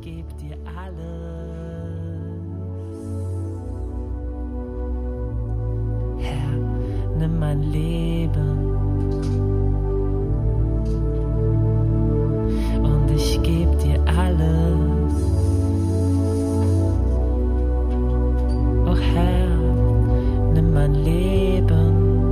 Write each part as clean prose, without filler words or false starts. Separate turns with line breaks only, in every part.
geb dir alles. Herr, nimm mein Leben und ich geb dir alles. Oh Herr, nimm mein Leben.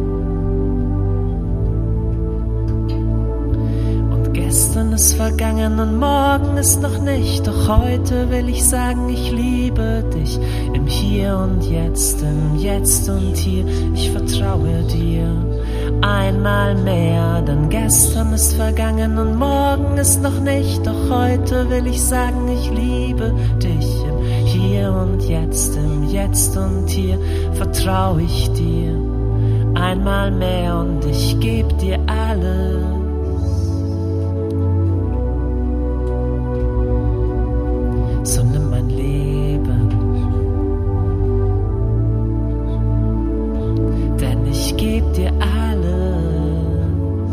Gestern ist vergangen und morgen ist noch nicht, doch heute will ich sagen, ich liebe dich. Im Hier und Jetzt, im Jetzt und Hier, ich vertraue dir einmal mehr. Denn gestern ist vergangen und morgen ist noch nicht, doch heute will ich sagen, ich liebe dich. Im Hier und Jetzt, im Jetzt und Hier, vertraue ich dir einmal mehr und ich geb dir alles. So nimm mein Leben, denn ich geb dir alles.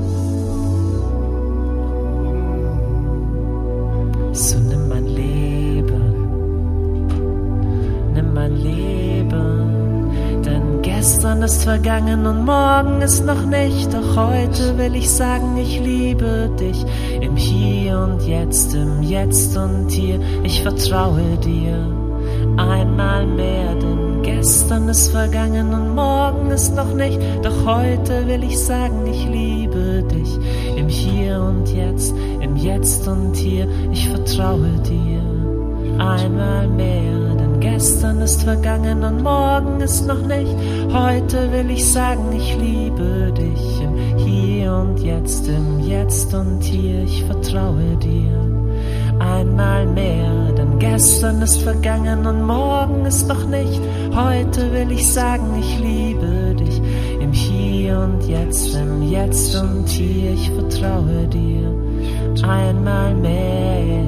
So nimm mein Leben, denn gestern ist vergangen und morgen ist noch nicht, doch heute will ich sagen, ich liebe dich. Im Hier und Jetzt, im Jetzt und Hier, ich vertraue dir einmal mehr, denn gestern ist vergangen und morgen ist noch nicht, doch heute will ich sagen, ich liebe dich. Im Hier und Jetzt, im Jetzt und Hier, ich vertraue dir einmal mehr, denn gestern ist vergangen und morgen ist noch nicht, heute will ich sagen, ich liebe dich. Im Hier und Jetzt, im Jetzt und Hier, ich vertraue dir einmal mehr, denn gestern ist vergangen und morgen ist noch nicht, heute will ich sagen, ich liebe dich. Im Hier und Jetzt, im Jetzt und Hier, ich vertraue dir einmal mehr.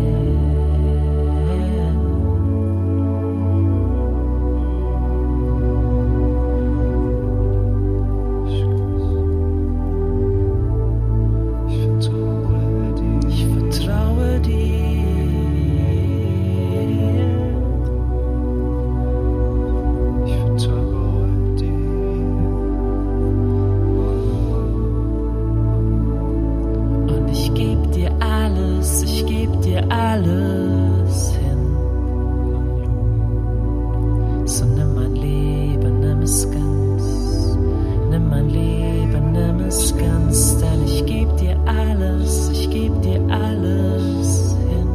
Alles hin. So nimm mein Leben, nimm es ganz. Nimm mein Leben, nimm es ganz, denn ich geb dir alles, ich geb dir alles hin.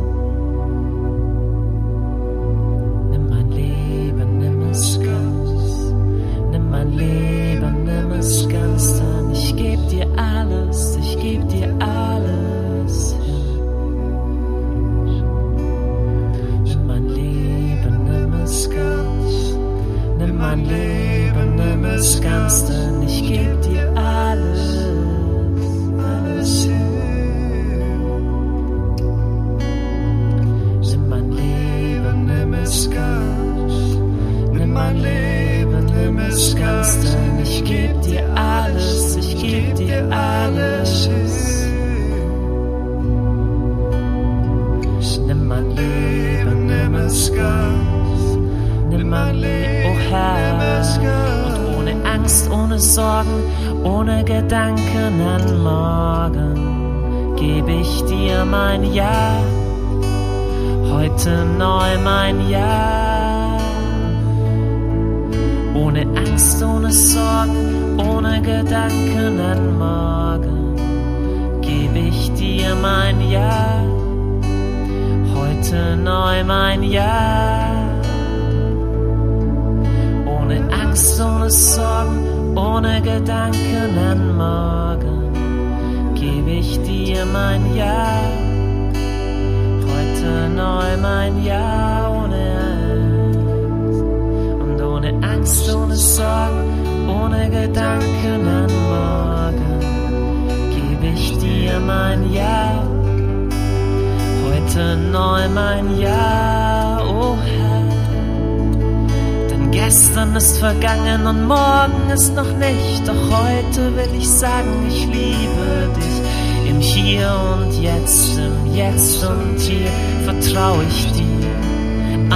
Nimm mein Leben, nimm es ganz. Nimm mein Leben, nimm es ganz, denn ich geb dir alles, ich geb dir alles hin. Nimm mein Leben, nimm es ganz, denn ich geb dir alles, alles hin. Nimm mein Leben, nimm es ganz, nimm mein Leben, nimm es ganz, denn ich geb dir alles, ich geb dir alles hin. Nimm mein Leben, nimm es ganz, nimm mein Leben, oh Herr, und ohne Angst, ohne Sorgen, ohne Gedanken an morgen, gebe ich dir mein Ja, heute neu mein Ja. Ohne Angst, ohne Sorgen, ohne Gedanken an morgen, gebe ich dir mein Ja, heute neu mein Ja. Ohne Angst, ohne Sorgen, ohne Gedanken an morgen, gebe ich dir mein Ja, heute neu mein Ja. Ohne Angst, ohne Sorgen, ohne Gedanken an morgen, gebe ich dir mein Ja, heute neu mein Ja, oh Herr. Gestern ist vergangen und morgen ist noch nicht, doch heute will ich sagen, ich liebe dich. Im Hier und Jetzt, im Jetzt und Hier vertraue ich dir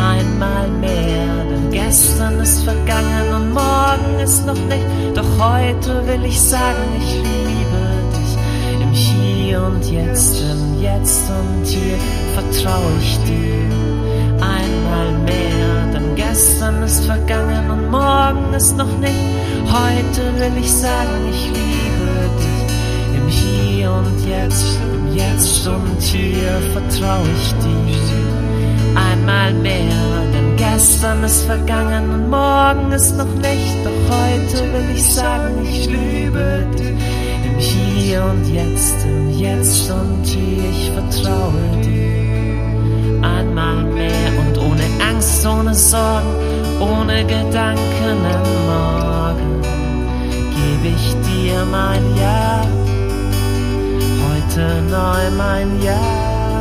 einmal mehr, denn gestern ist vergangen und morgen ist noch nicht, doch heute will ich sagen, ich liebe dich. Im Hier und Jetzt, im Jetzt und Hier vertraue ich dir einmal mehr, denn gestern ist vergangen und morgen ist noch nicht, heute will ich sagen, ich liebe dich. Im Hier und Jetzt, im Jetzt und Hier vertraue ich dir einmal mehr, denn gestern ist vergangen und morgen ist noch nicht, doch heute will ich sagen, ich liebe dich. Im Hier und Jetzt, im Jetzt und Hier, ich vertraue dir einmal mehr und ohne Angst, ohne Sorgen, ohne Gedanken an morgen, gebe ich dir mein Ja, heute neu mein Ja.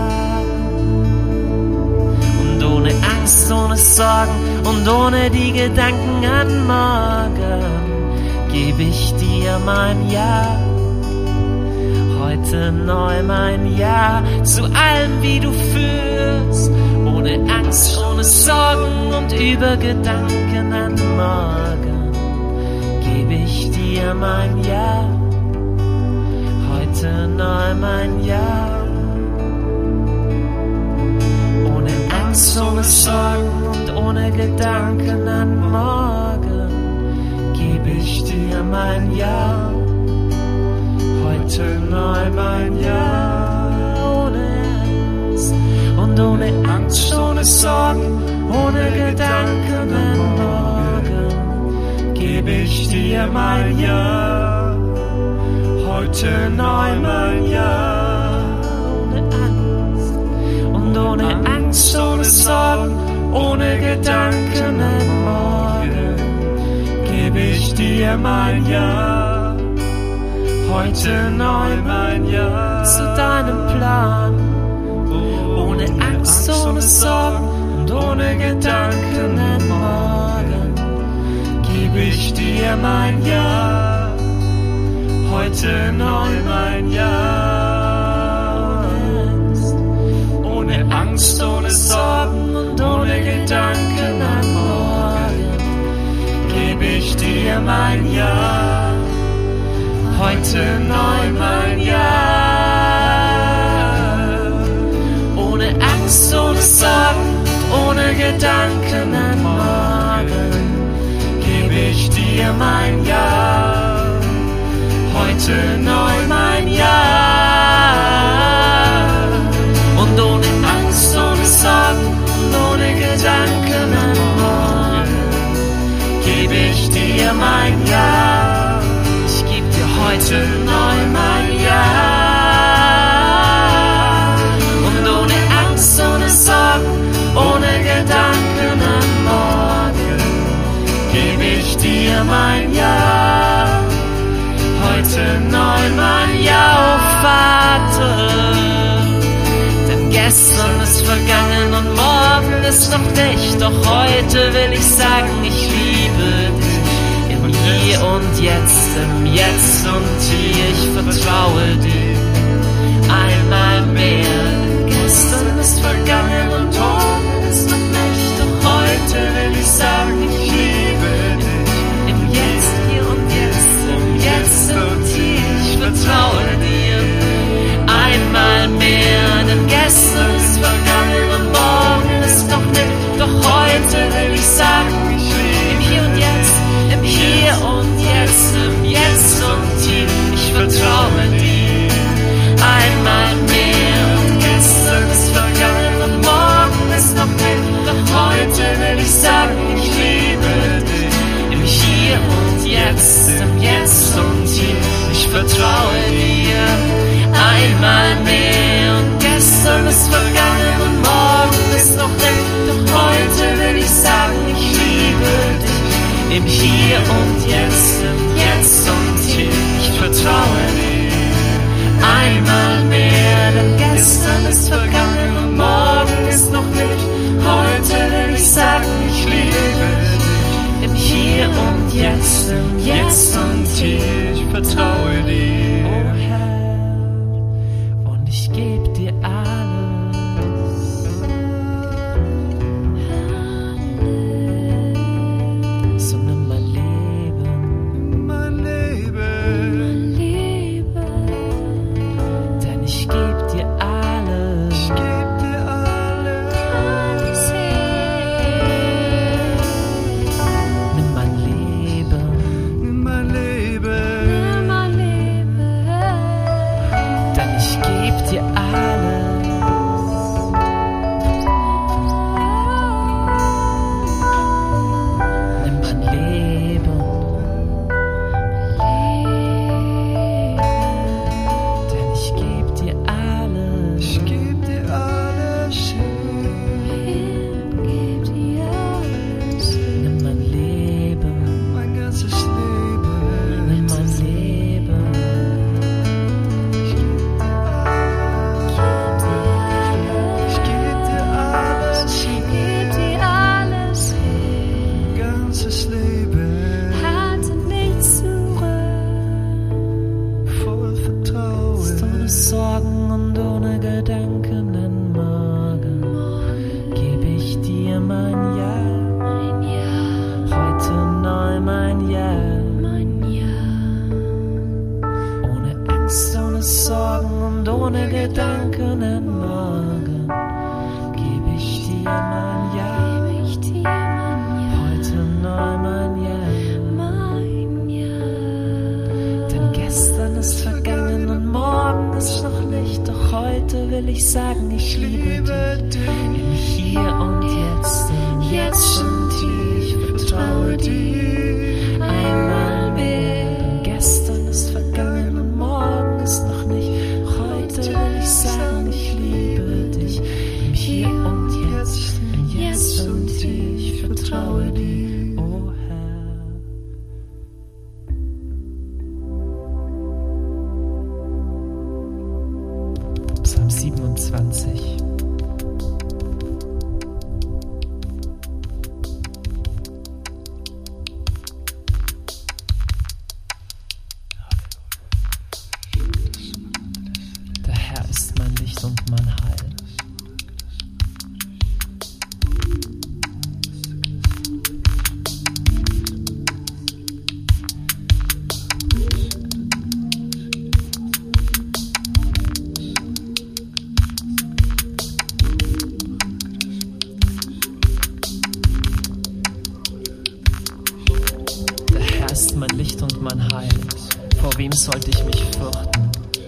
Ohne Angst, ohne Sorgen und ohne die Gedanken an morgen, gebe ich dir mein Ja, heute neu mein Ja, zu allem, wie du fühlst, ohne Angst, ohne Sorgen und über Gedanken an morgen, gebe ich dir mein Ja, heute neu mein Ja. Ohne Sorgen und ohne Gedanken an morgen, gebe ich dir mein Ja, heute neu mein Ja. Ohne Angst, ohne Sorgen, ohne Gedanken an morgen, gebe ich dir mein Ja, heute neu mein Ja. Ohne Angst, ohne Sorgen, ohne Gedanken an morgen, gebe ich dir mein Ja, heute neu mein Ja, zu deinem Plan. Ohne Angst, ohne Sorgen und ohne Gedanken an morgen, gebe ich dir mein Ja, heute neu mein Ja. Ohne Angst, ohne Sorgen und ohne Gedanken an morgen, gebe ich dir mein Ja, heute neu mein Ja. Ohne Angst, ohne Sorgen und ohne Gedanken an morgen, gebe ich dir mein Ja, heute neu mein Ja. Und ohne Angst, ohne Sorgen und ohne Gedanken an morgen, gebe ich dir mein Ja, ich gebe dir heute neu mein Ja. Und ohne Angst, ohne Sorgen, ohne Gedanken an morgen, gebe ich dir mein Ja, heute neu mein Ja, oh Vater. Gestern ist vergangen und morgen ist noch nicht, doch heute will ich sagen, ich liebe dich. Im Hier und Jetzt, im Jetzt und Hier, ich vertraue dir einmal mehr. Gestern ist vergangen und morgen ist noch nicht, doch heute will ich sagen, ich liebe dich. Im Jetzt, Hier und Jetzt, im Jetzt und Hier, ich vertraue dir einmal mehr, denn gestern ist vergangen und morgen ist noch nicht, doch heute will ich sagen, ich liebe im Hier und Jetzt, im Hier und Jetzt, im Jetzt und Hier, ich vertraue dir. alles. Nimm mein Leben, denn ich geb dir alles.
Ich geb dir alles
Nimm mein Leben,
mein ganzes Leben.
nimm mein Leben.
Ich geb dir alles mein ganzes Leben. Voll Vertrauen.
Ohne Sorgen und ohne Gedanken im Morgen gebe ich dir mein Ja. Heute neu mein Ja. Ohne Angst, ohne Sorgen und ohne Gedanken im Morgen gebe ich dir mein Ja. Heute neu mein Ja. Denn gestern ist vergangen und morgen ist noch nicht. Doch heute will ich sagen, ich liebe dich. Im Hier und Jetzt, im Jetzt und Hier. Ich vertraue dir einmal mehr. Denn gestern ist vergangen und morgen ist noch nicht. Heute will ich sagen, ich liebe dich. Im Hier und Jetzt, im Jetzt und Hier. Ich vertraue dir, oh Herr. Psalm 27. Der Herr ist mein Licht und mein Heil. Der Herr ist mein Licht und mein Heil. Vor wem sollte ich mich fürchten?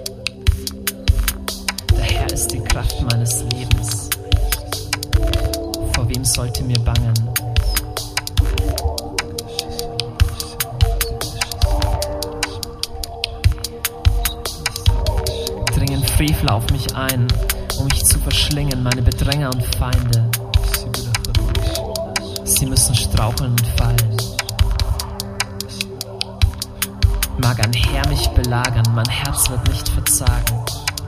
Der Herr ist die Kraft meines Lebens. Vor wem sollte mir bangen? Dringen Frevler auf mich ein, um mich zu verschlingen, meine Bedränger und Feinde. Sie müssen straucheln und fallen. Mag ein Heer mich belagern, mein Herz wird nicht verzagen.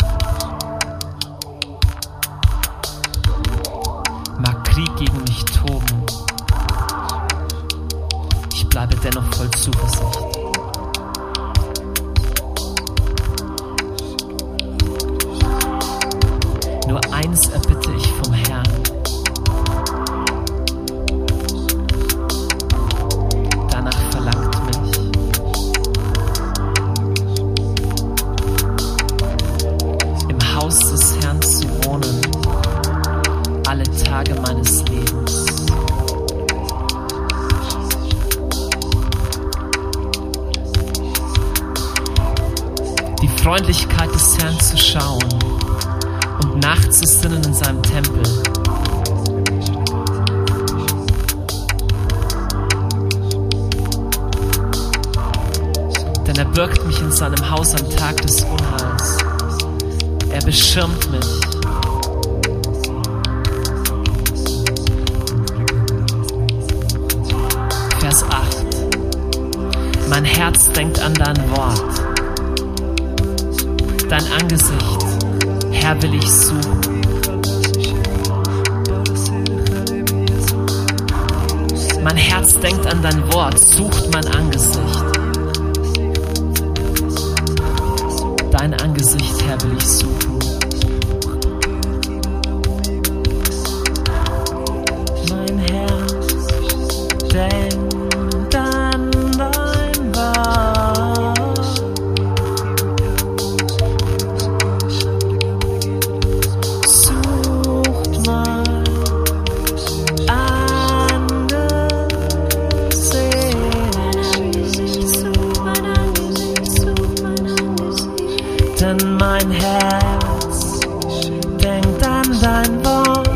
Mag Krieg gegen mich toben, ich bleibe dennoch voll Zuversicht. Nur eins erbitte ich vom Herrn: danach verlangt mich. Im Haus des Herrn zu wohnen, alle Tage meines Lebens. Die Freundlichkeit des Herrn zu schauen und nachzusinnen in seinem Tempel. Denn er birgt mich in seinem Haus am Tag des Unheils. Er beschirmt mich. Vers 8. Mein Herz denkt an dein Wort. Dein Angesicht, Herr, will ich suchen. Mein Herz denkt an dein Wort, sucht mein Angesicht. Dein Angesicht, Herr, will ich suchen. Mein Herz denkt an dein Wort. Sucht mein Angesicht. Denn mein Herz denkt an dein Wort.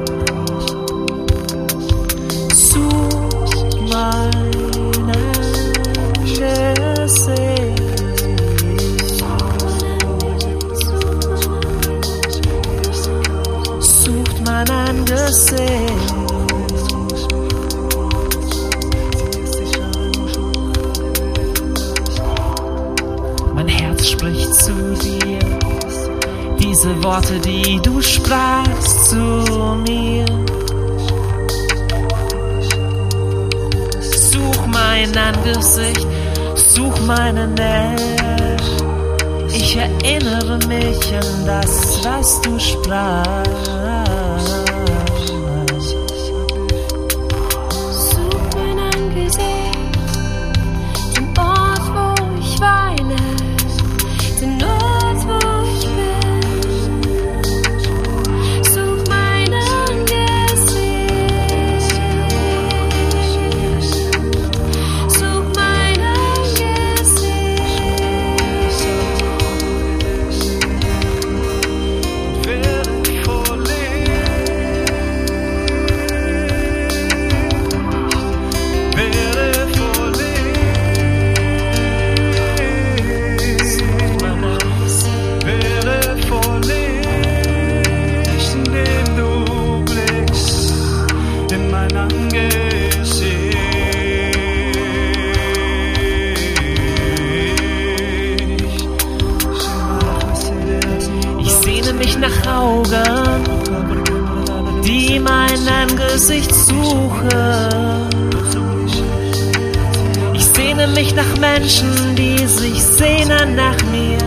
Such mein Gesicht. Sucht mein Angesicht. Mein Herz spricht zu dir, diese Worte, die du sprachst zu mir. Such mein Angesicht, such meine Nähe. Ich erinnere mich an das, was du sprachst.
Such mein Angesicht, den Ort, wo ich weile, den Ort, wo ich bin. Such mein Angesicht, such mein Angesicht.
Nach Augen, die mein Angesicht suchen. Ich sehne mich nach Menschen, die sich sehnen nach mir.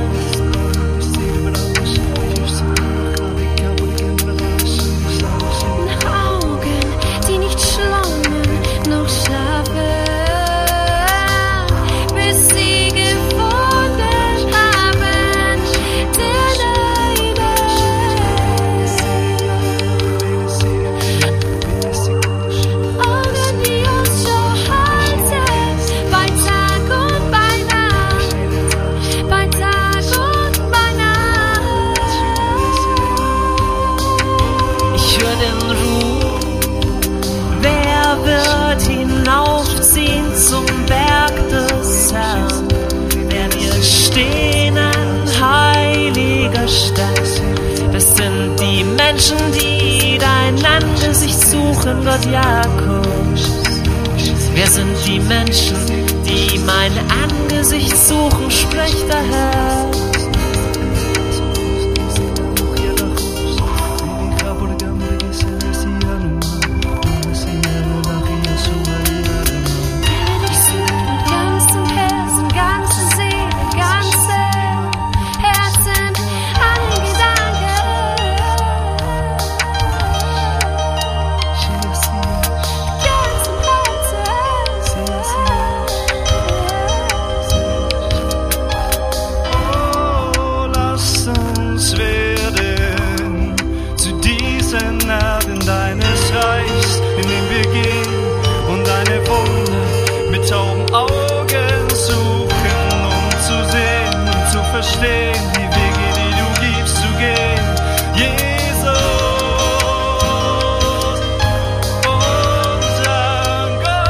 Nach Augen, die nicht schlummern noch schlafen, bis sie gefunden haben den Augen, die Ausschau halten, bei Tag und bei Nacht, bei Tag und bei Nacht.
Ich höre den Ruf, wer wird hinaufziehen zum Berg des Herrn? Wer wird stehen an heiliger Stadt? Das sind die Menschen, die dein Angesicht suchen, Gott Jakobs. Wer sind die Menschen, die mein Angesicht suchen, spricht der Herr.
Ich suche mit ganzem Herzen, ganzer Seele, ganzem Herzen, allen Gedanken. Ganzem Herzen.
Oh, lass uns werden zu diesen Erben deines Reichs, in dem wir gehen und deine Wunder mit tauben Augen suchen, um zu sehen und zu verstehen, die Wege, die du gibst, zu gehen. Jesus, unser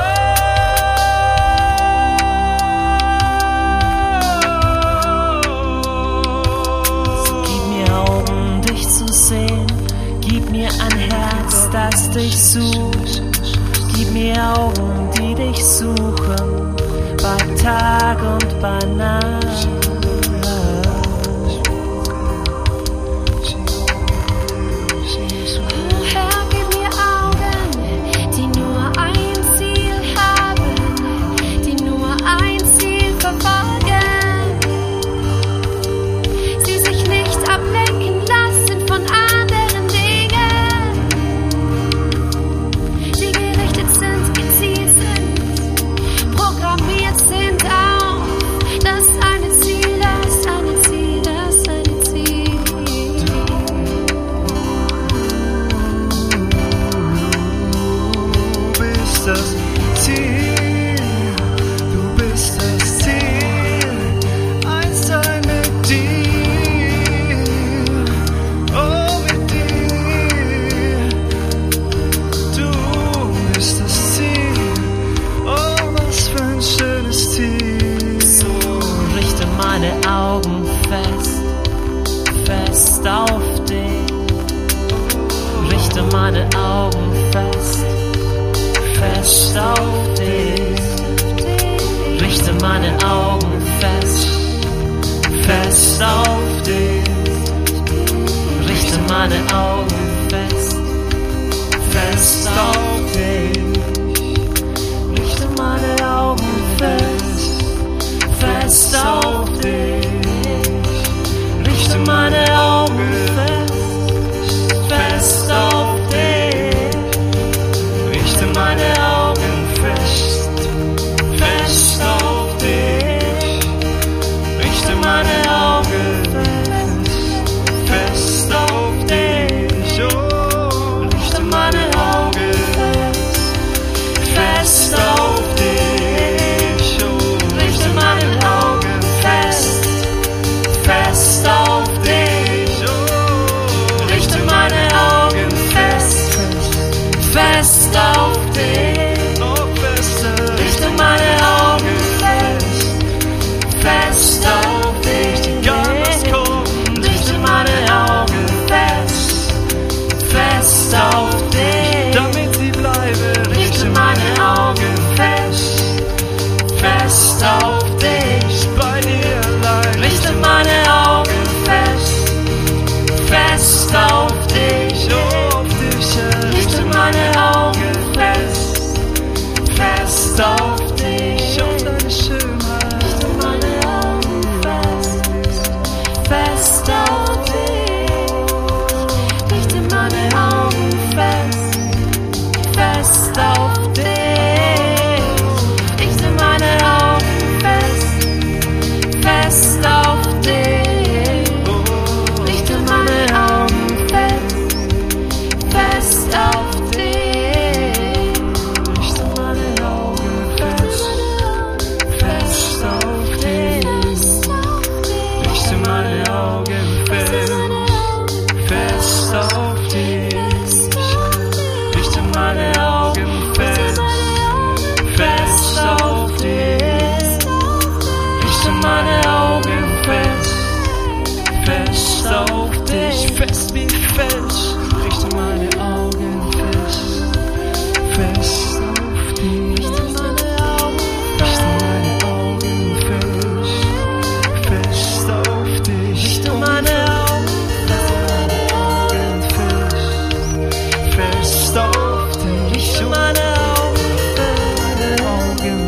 Gott.
Gib mir Augen, dich zu sehen. Gib mir ein Herz, das dich sucht. Gib mir Augen, die dich suchen, bei Tag und bei Nacht.
Oh Herr, gib mir Augen, die nur ein Ziel haben, die nur ein Ziel verfolgen. Sie sich nicht ablenken lassen von anderen Dingen, die gerichtet sind, gezielt sind, programmiert sind auf das eine Ziel fest auf dich. Richte meine Augen fest auf dich. Richte meine Augen fest auf dich. Richte meine Augen fest auf dich.
Richte meine Augen fest auf dich. Richte meine Augen fest auf dich. Richte meine Augen fest auf dich. Richte meine Augen fest auf dich. Fest wie Fels. Richte meine Augen fest auf dich. Richte meine Augen fest auf dich. Richte meine Augen fest auf dich. Richte meine Augen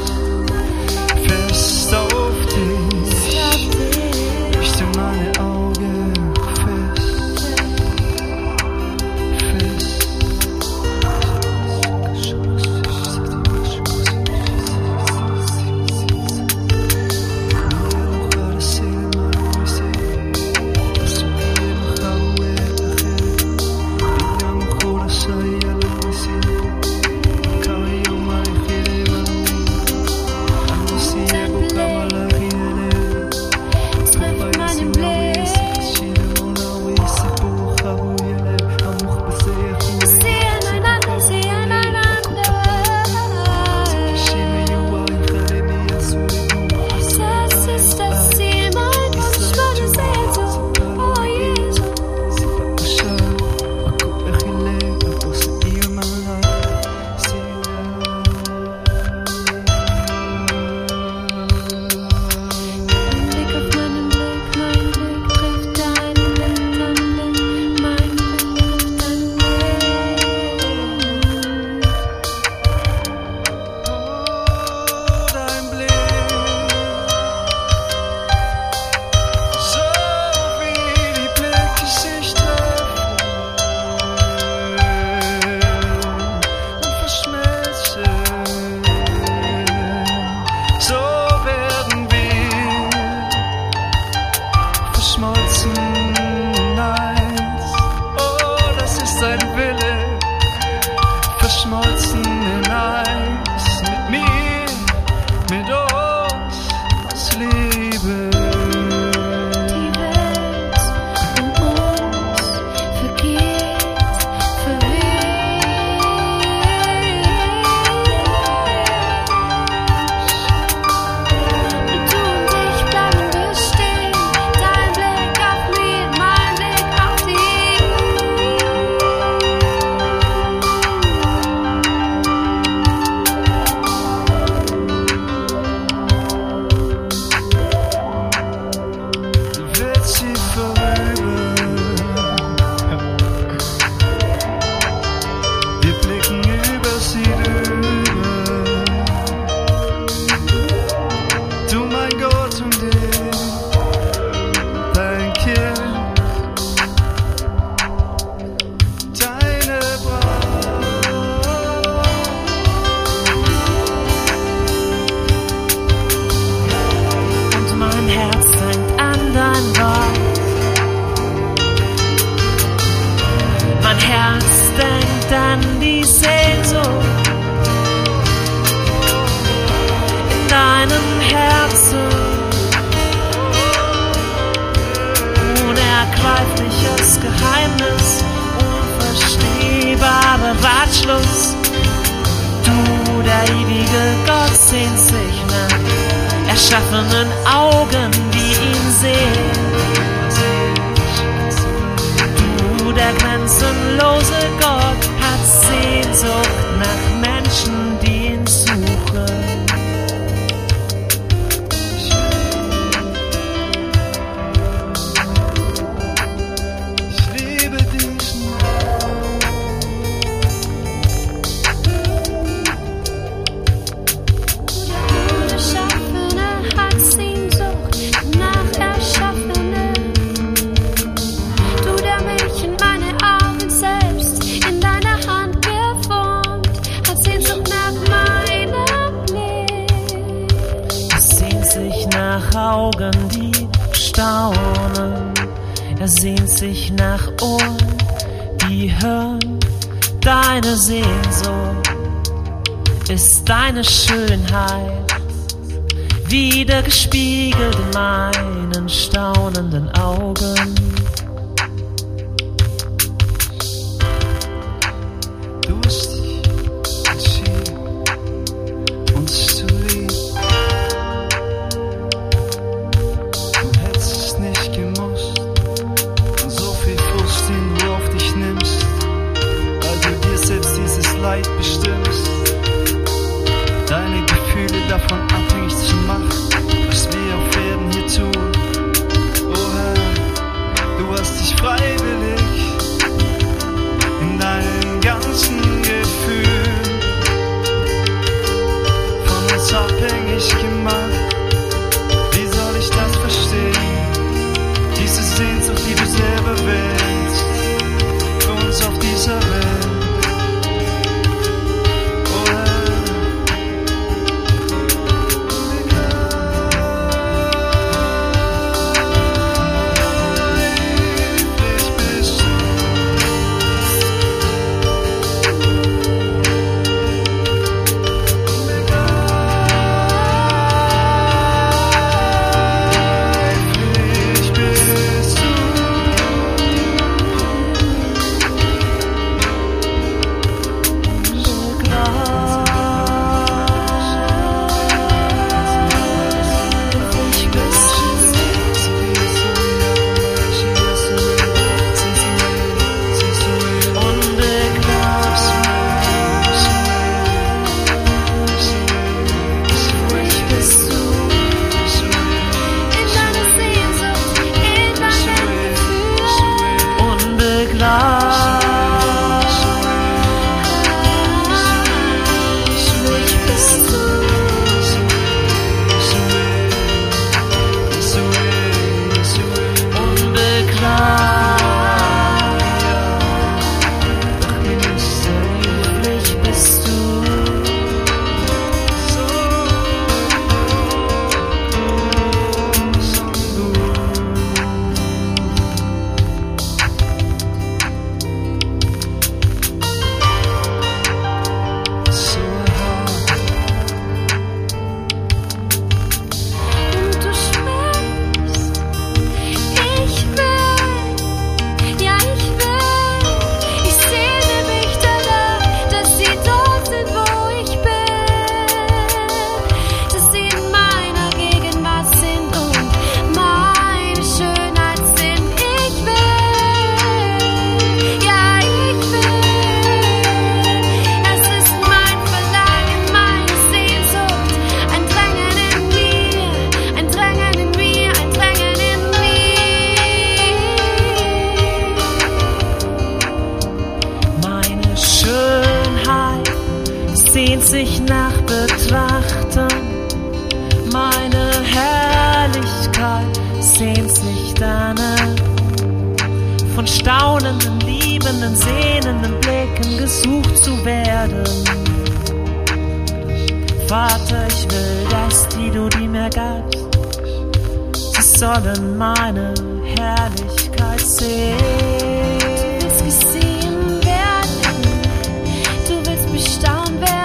fest auf dich. Richte meine Augen verschmolzen in eins mit mir, mit uns aus Liebe.
Die Welt um uns vergeht, verweht. Und du und ich bleiben bestehen. Dein Blick auf mich, mein Blick auf dich.
Wird sie vorüber. Wir blicken über sie drüber. Du mein Gott und ich, dein Kind, deine Braut.
Und mein Herz fängt an dein Wort. Mein Herz denkt an die Sehnsucht in deinem Herzen. Unergreifliches Geheimnis, unverstehbarer Ratschluss. Du, der ewige Gott, sehnst sich nach erschaffenen Augen, die ihn sehen. Du, der grenzenlose Gott, hat Sehnsucht nach Menschen, die ihn suchen.
Ich liebe diesen
Der Erschaffene hat Sehnsucht nach erschaffenen
Augen, die staunen. Er sehnt sich nach Ohren, die hören. Deine Sehnsucht ist deine Schönheit, wieder gespiegelt in meinen staunenden Augen.
Du hast dich entschieden, uns zu lieben. Du hättest es nicht gemusst. Und so viel Frust, den du auf dich nimmst, weil du dir selbst dieses Leid bestimmst. Deine Gefühle davon abhängig zu machen, was wir auf Erden hier tun. Oh Herr, du hast dich freiwillig in deinen ganzen Gefühlen von uns abhängig gemacht. Wie soll ich das verstehen? Diese Sehnsucht, die du selber willst, für uns auf dieser Welt.
Sehnt sich nach Betrachten, meine Herrlichkeit sehnt sich danach, von staunenden, liebenden, sehnenden Blicken gesucht zu werden. Vater, ich will, dass die mir gabst, sie sollen meine Herrlichkeit sehen.
Du willst gesehen werden, du willst bestaunt werden.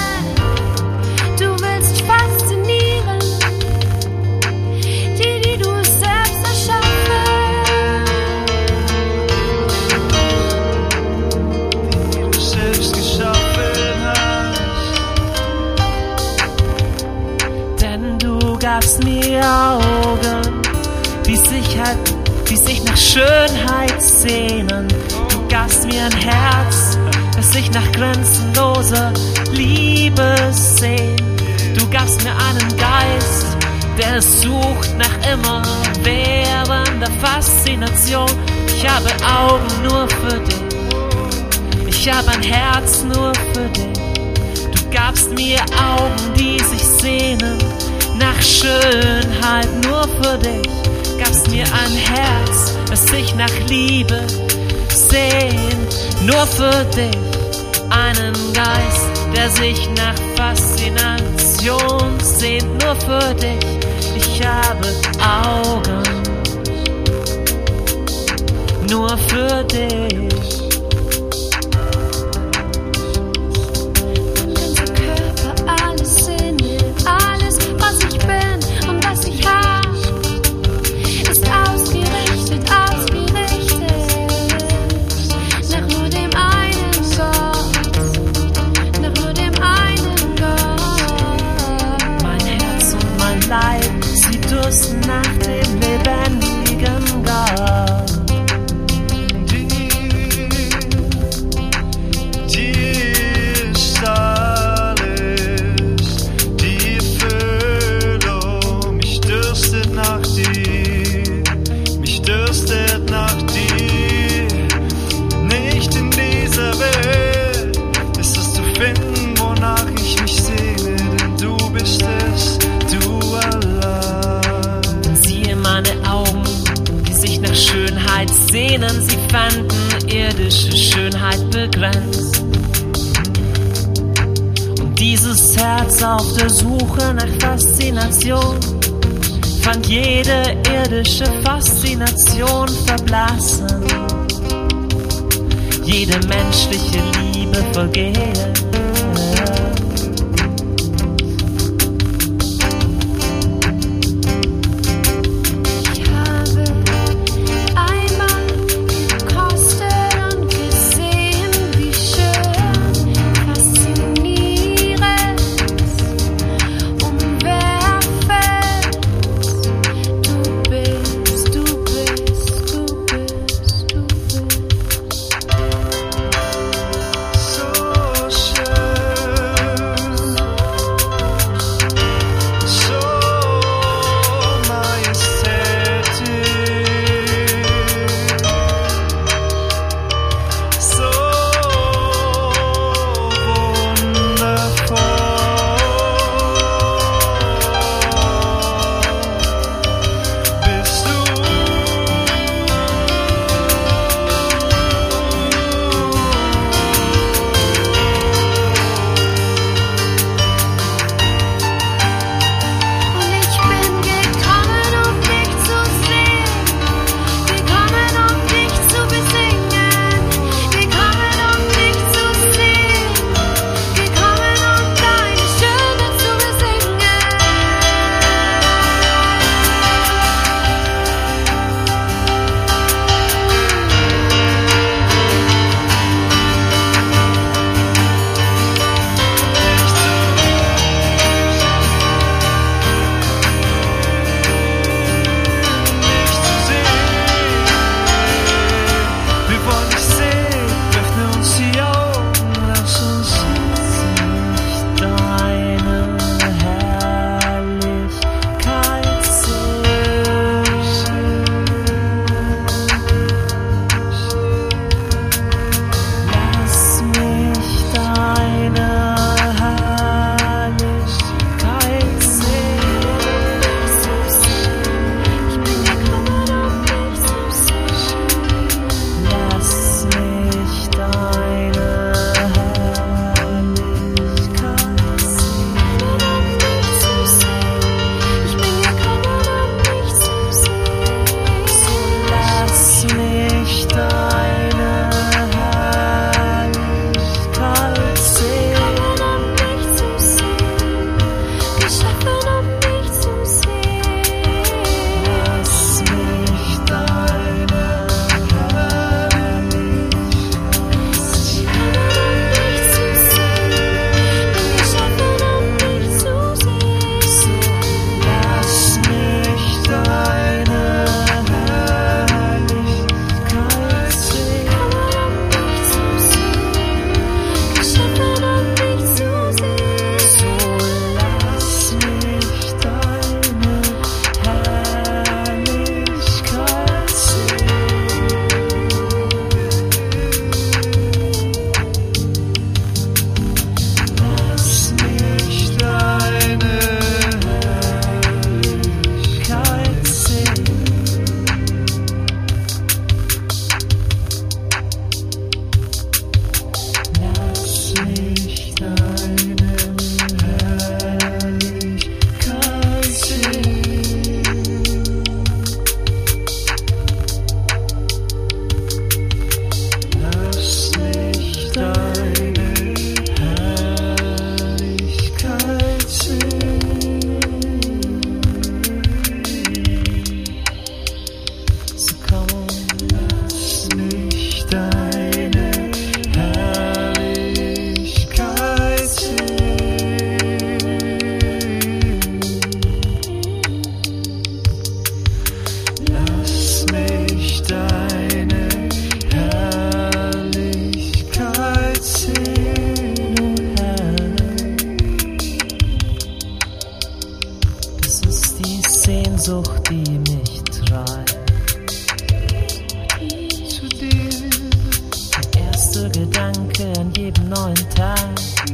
Gabst mir Augen, die sich nach Schönheit sehnen. Du gabst mir ein Herz, das sich nach grenzenloser Liebe sehnt. Du gabst mir einen Geist, der sucht nach immerwährender Faszination. Ich habe Augen nur für dich, ich habe ein Herz nur für dich. Du gabst mir Augen, die sich sehnen nach Schönheit nur für dich, gabst mir ein Herz, das sich nach Liebe sehnt, nur für dich, einen Geist, der sich nach Faszination Faszination sehnt nur für dich. Ich habe Augen nur für dich.
Mein ganzer Körper, alles Sinne, alles, was ich bin und was ich hab, ist ausgerichtet nach nur dem einen Gott, nach nur dem einen Gott.
Mein Herz und mein Leib, sie dürsten nach dem lebendigen Gott. Schönheit sehnen, sie fanden irdische Schönheit begrenzt. Und dieses Herz auf der Suche nach Faszination fand jede irdische Faszination verblassen, jede menschliche Liebe vergehen.
So schön.
Tag.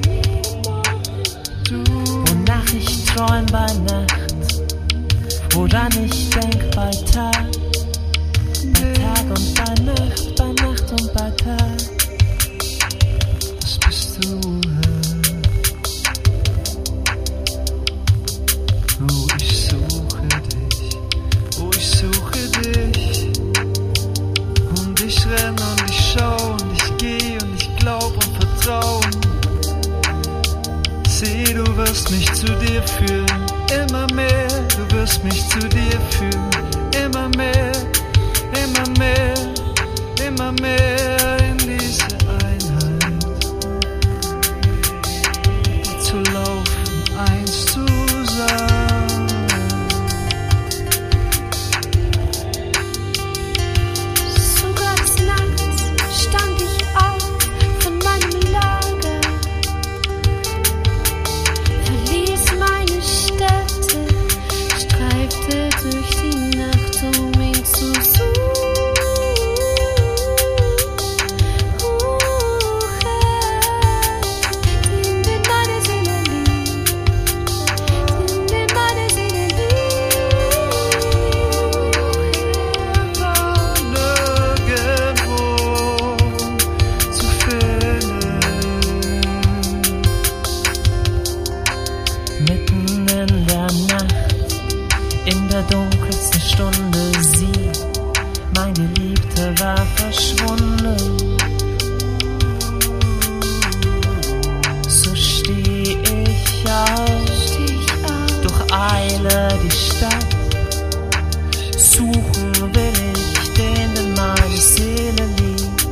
Wonach ich träum bei Nacht, woran ich denk bei Tag. Bei Tag und bei Nacht, bei Nacht und bei Tag.
Das bist du, oh, ich suche dich, oh, ich suche dich. Und ich renn und ich schau und ich geh und ich glaub und vertrau. Sieh, du wirst mich zu dir führen, immer mehr, du wirst mich zu dir führen, immer mehr, immer mehr, immer mehr in diese Einheit zu laufen, eins zu sein.
Sogar des Nachts stand ich auf von meinem Lager, verließ meine Städte, streifte durch die Nacht, um ihn zu suchen. Den meine Seele liebt, den meine Seele
War nirgendwo zu finden.
Mitten in der Nacht, in der dunkelsten Stunde, sie, mein Geliebter, war verschwunden. So steh ich auf, durcheile die Stadt, suchen will ich den, den meine Seele liebt.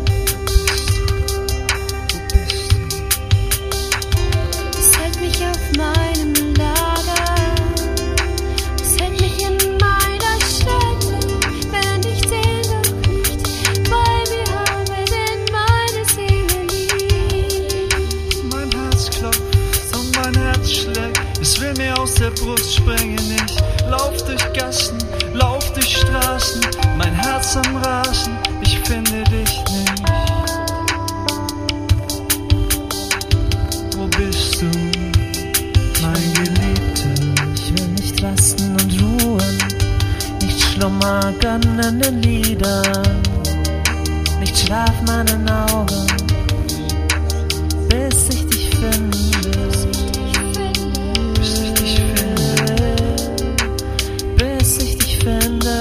Es hält mich auf meinem Lager, es hält mich in meiner Stätte, wenn ich den doch nicht bei mir habe, denn meine Seele liebt.
Mein Herz klopft und mein Herz schlägt, es will mir aus der Brust springen. Ich lauf durch Gassen, lauf durch Straßen, mein Herz am Rasen, ich finde dich nicht. Wo bist du, mein Geliebter?
Ich will nicht rasten und ruhen, nicht Schlummer gönnen den Liedern, nicht Schlaf meinen Augen, bis ich dich finde.
Bis ich dich finde,
Bis ich dich finde.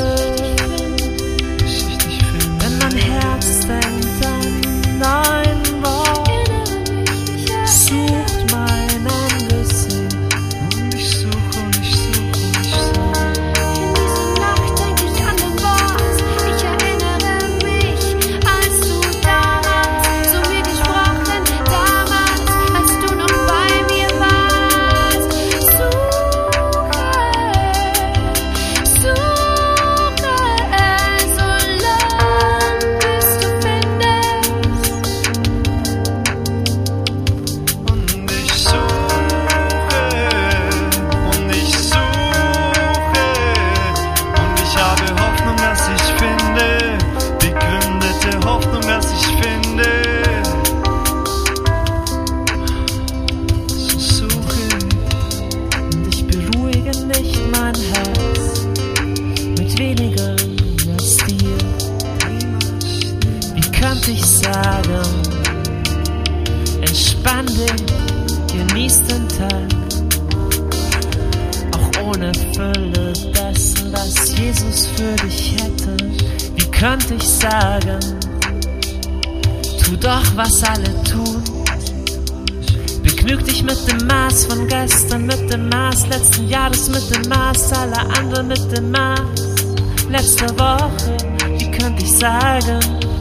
bis ich dich finde.
Wenn mein Herz denkt an dein Wort, sucht mein Angesicht.
Und ich suche und ich suche und ich suche.
In dieser Nacht denk ich an dein Wort, ich erinnere mich, als du damals zu mir gesprochen, damals, als du noch bei mir warst. Suche, so lang bis du findest.
Und ich suche und ich suche und ich habe Hoffnung, dass ich finde, begründete Hoffnung, dass ich finde. So suche ich.
Und ich beruhige nicht mein Herz mit weniger als dir. Wie könnte ich sagen, entspann dich, genieß den Tag, auch ohne Fülle dessen, was Jesus für dich hätte. Wie könnte ich sagen, tu doch, was alle tun. Begnüg dich mit dem Maß von gestern, mit dem Maß letzten Jahres, mit dem Maß aller anderen, mit dem Maß letzter Woche. Wie könnte ich sagen,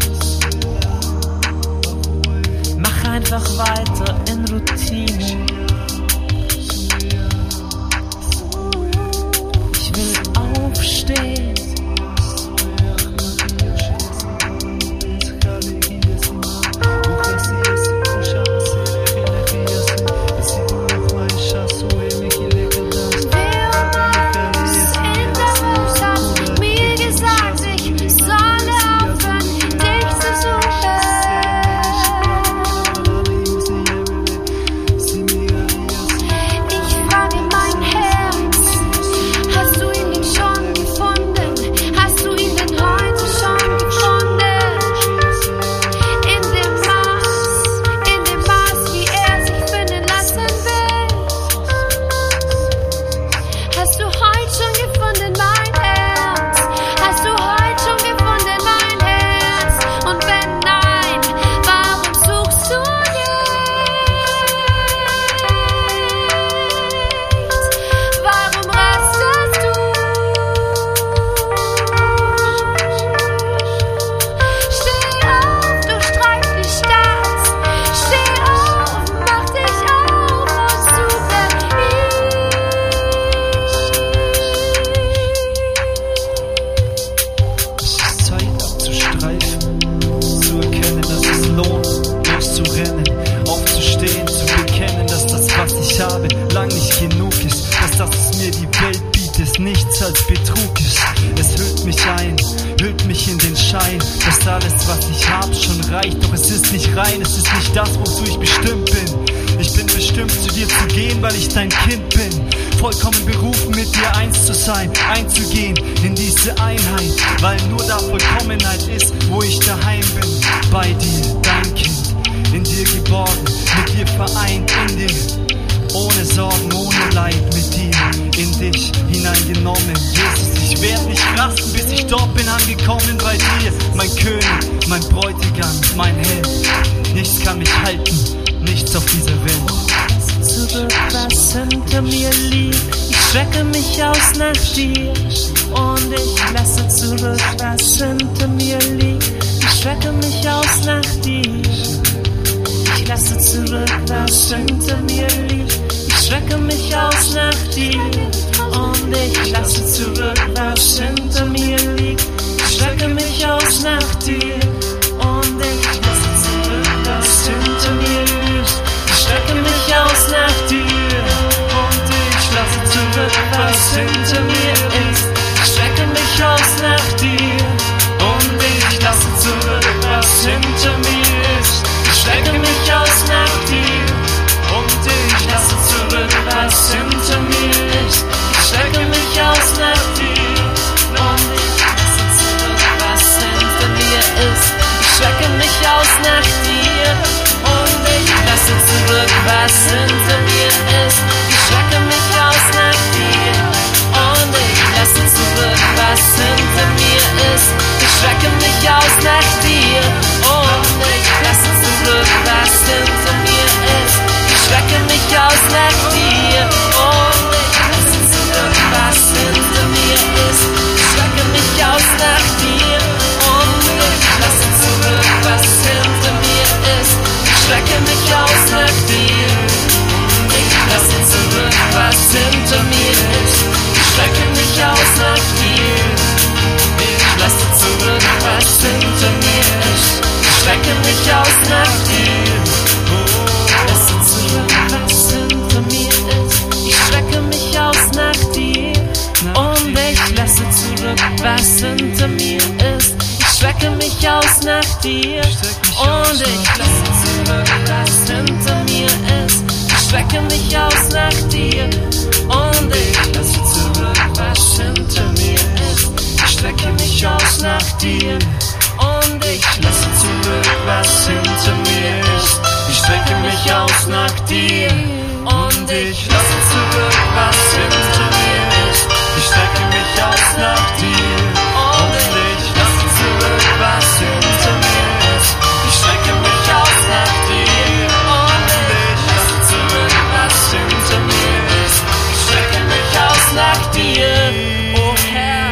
mach einfach weiter in Routine. Ich will aufstehen.
Mir gesagt, ich solle aufhören, dich zu suchen.
Schein, dass alles, was ich hab, schon reicht. Doch es ist nicht rein, es ist nicht das, wozu ich bestimmt bin. Ich bin bestimmt, zu dir zu gehen, weil ich dein Kind bin. Vollkommen berufen, mit dir eins zu sein, einzugehen in diese Einheit, weil nur da Vollkommenheit ist, wo ich daheim bin. Bei dir, dein Kind, in dir geborgen, mit dir vereint, in dir. Ohne Sorgen, ohne Leid, mit dir in dich hineingenommen. Jesus, ich werd nicht rasten, bis ich dort bin angekommen bei dir. Mein König, mein Bräutigam, mein Held. Nichts kann mich halten, nichts auf dieser Welt.
Zurück, was hinter mir liegt. Ich strecke mich aus nach dir und ich lasse zurück, was hinter mir liegt. Ich strecke mich aus nach dir. Ich lasse zurück, was hinter mir liegt. Ich strecke mich aus nach dir und ich lasse zurück, was hinter mir liegt. Ich strecke mich aus nach dir und ich lasse zurück, was hinter mir liegt. Ich strecke mich aus nach dir und ich lasse zurück, was hinter mir ist. Ich strecke mich aus nach dir und ich lasse zurück, was hinter mir ist. Ich strecke mich aus nach dir und ich lasse zurück, was hinter mir ist. Ich strecke mich aus nach dir und ich lasse zurück, was hinter mir ist. Ich strecke mich aus nach dir und ich lasse zurück, was hinter mir ist. Ich strecke mich aus nach dir und ich lasse zurück, was hinter mir ist. Ich strecke mich aus nach dir und ich lasse zurück, was hinter mir ist. Ich strecke mich aus nach dir und ich lasse zurück, was hinter mir ist. Ich strecke mich aus nach dir und ich lasse zurück, was hinter mir ist. Ich strecke mich aus nach dir und ich lasse zurück, was hinter mir ist. Ich strecke mich aus nach dir. Ich lasse zurück, was hinter mir ist. Ich strecke mich aus nach dir. Lasse zurück, was hinter mir ist. Ich strecke mich aus nach dir. Und ich lasse zurück, was hinter mir ist. Ich strecke mich aus nach dir. Und ich lasse zurück, was hinter mir ist. Ich strecke mich aus nach dir. Und ich lasse zurück, was hinter mir ist. Ich strecke mich aus nach dir. Und ich lasse zurück, was hinter mir ist. Ich strecke mich aus nach dir. Und ich lasse zurück, was hinter mir ist. Ich strecke mich aus nach dir. Und ich lasse zurück, was hinter mir ist. Ich strecke mich aus nach dir. Und ich lasse zurück, was hinter mir ist. Ich strecke mich aus nach dir, oh Herr.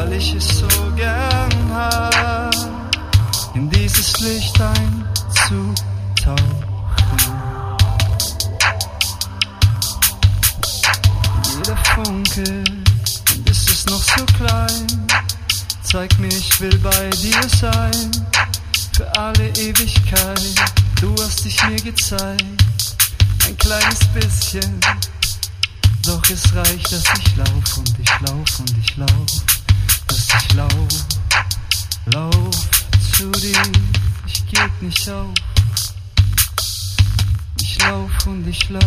weil ich es so gern hab, in dieses Licht einzutauchen. Jeder Funke, und ist es noch so klein, zeig mir, ich will bei dir sein, für alle Ewigkeit. Du hast dich mir gezeigt, ein kleines bisschen, doch es reicht, dass ich lauf und ich lauf und ich lauf, dass ich lauf zu dir, ich geb nicht auf, ich lauf und ich lauf.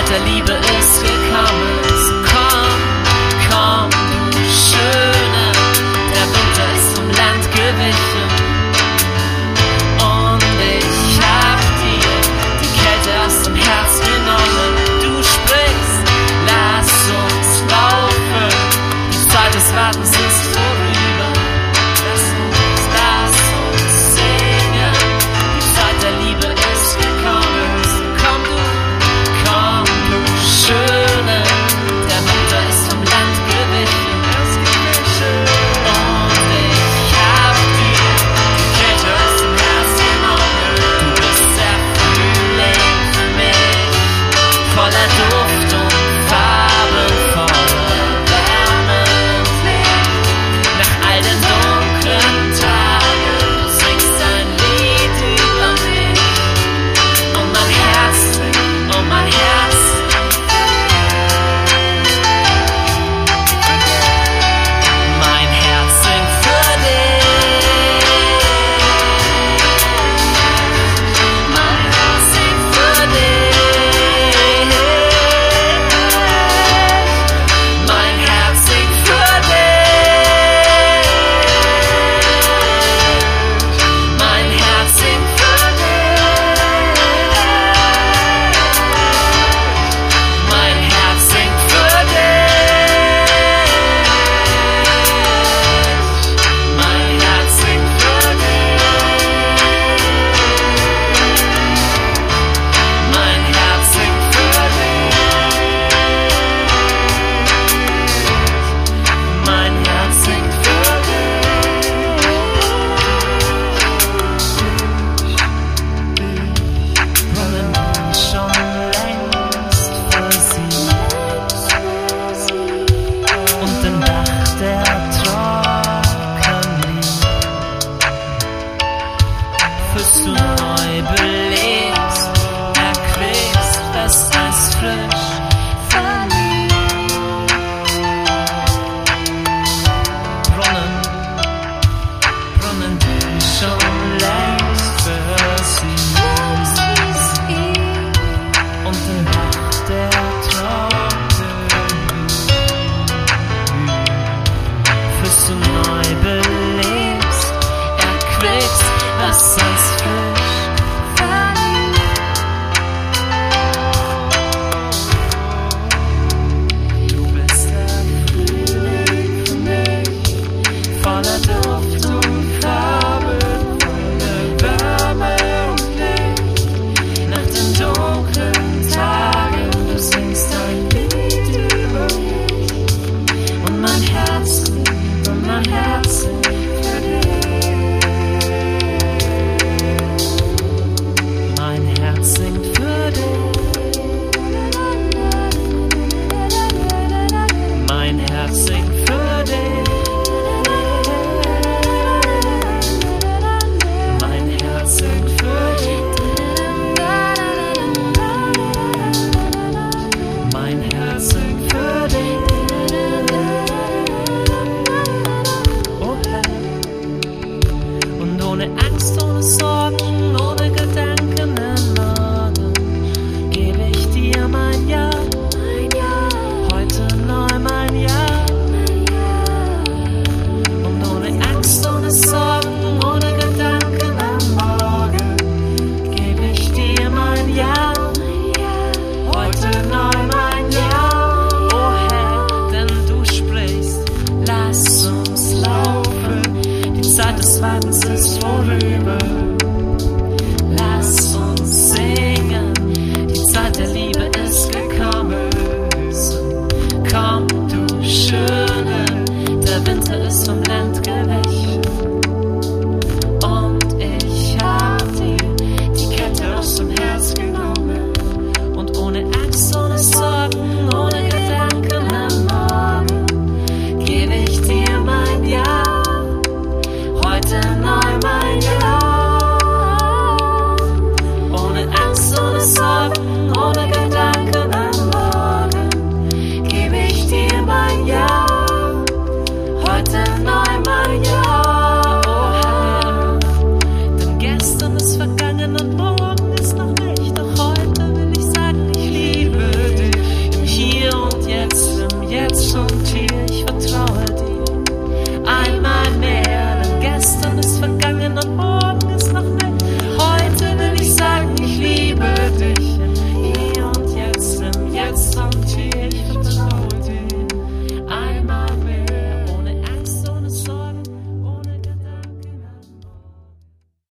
Zeit der Liebe ist gekommen. So komm, du Schöne, der Winter ist vom Land gewichen. Und ich hab dir die Kälte aus dem Herz genommen. Du sprichst, lass uns laufen. Die Zeit des Wartens ist vorüber. Lass uns singen. Die Zeit der Liebe ist gekommen. Komm du Schöne, der Winter ist vom Land gewichen. Und ich hab dir die Kälte aus dem Herz genommen. Du bist der Frühling für mich, voller Duft und Farbe, voller Wärme und Licht. Nach all den dunklen Tagen, du singst ein Lied über mich. Und mein Herz singt, und mein Herz singt. Mein Herz singt für dich. Mein Herz singt für dich. Mein Herz singt für dich. Mein Herz singt für dich. Mein Herz singt für dich. Mein Herz singt für dich. Mein Herz singt für dich. Mein Herz singt für dich. Brunnen schon längst versiegt und den Bach, der trocken liegt, fürs du neu belebst, erquickst, das Eis frisch verliebt. Brunnen schon längst versiegt und den Bach, der trocken liegt, fürs du neu belebst, erquickst, was sonst frisch verliebt. Du bist der Frühling für mich, voller Duft und Farbe, voller Wärme und Licht. Nach den dunklen Tagen, du singst ein Lied über mich. Und mein Herz singt, und mein Herz singt für dich. Mein Herz singt für dich. Mein Herz singt für dich. Mein Herz singt für dich. Mein Herz singt für dich. Oh Herr. Und ohne Angst, ohne Sorgen, ohne Gedanken im Magen, gebe ich dir mein Ja. Heute neu mein Ja. Und ohne Angst, ohne Sorgen, ohne Gedanken am Morgen, gebe ich dir mein Ja. Heute neu mein Ja. Oh Herr, denn du sprichst, lass uns laufen. Die Zeit des Wartens ist vorüber. Lass uns singen. Die Zeit der Liebe ist gekommen. So, komm, du Schöne, der Winter ist vom Land